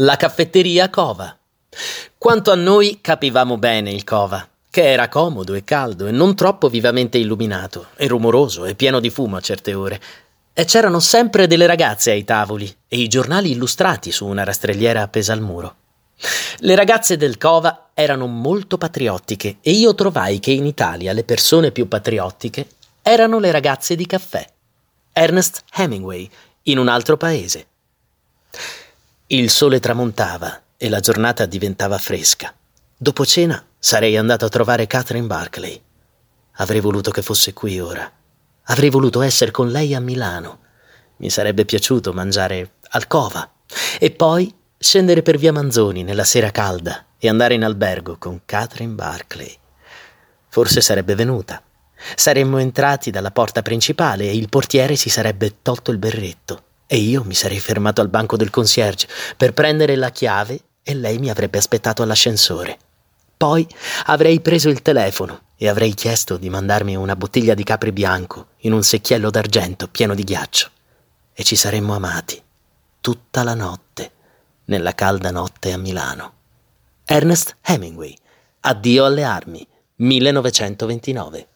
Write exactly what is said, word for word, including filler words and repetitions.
La caffetteria Cova. Quanto a noi capivamo bene il Cova, che era comodo e caldo e non troppo vivamente illuminato, e rumoroso e pieno di fumo a certe ore. E c'erano sempre delle ragazze ai tavoli e i giornali illustrati su una rastrelliera appesa al muro. Le ragazze del Cova erano molto patriottiche e io trovai che in Italia le persone più patriottiche erano le ragazze di caffè. Ernest Hemingway, in un altro paese. Il sole tramontava e la giornata diventava fresca. Dopo cena sarei andato a trovare Catherine Barclay. Avrei voluto che fosse qui ora. Avrei voluto essere con lei a Milano. Mi sarebbe piaciuto mangiare al Cova e poi scendere per via Manzoni nella sera calda e andare in albergo con Catherine Barclay. Forse sarebbe venuta. Saremmo entrati dalla porta principale e il portiere si sarebbe tolto il berretto e io mi sarei fermato al banco del concierge per prendere la chiave e lei mi avrebbe aspettato all'ascensore. Poi avrei preso il telefono e avrei chiesto di mandarmi una bottiglia di Capri bianco in un secchiello d'argento pieno di ghiaccio e ci saremmo amati tutta la notte nella calda notte a Milano. Ernest Hemingway. Addio alle armi, millenovecentoventinove.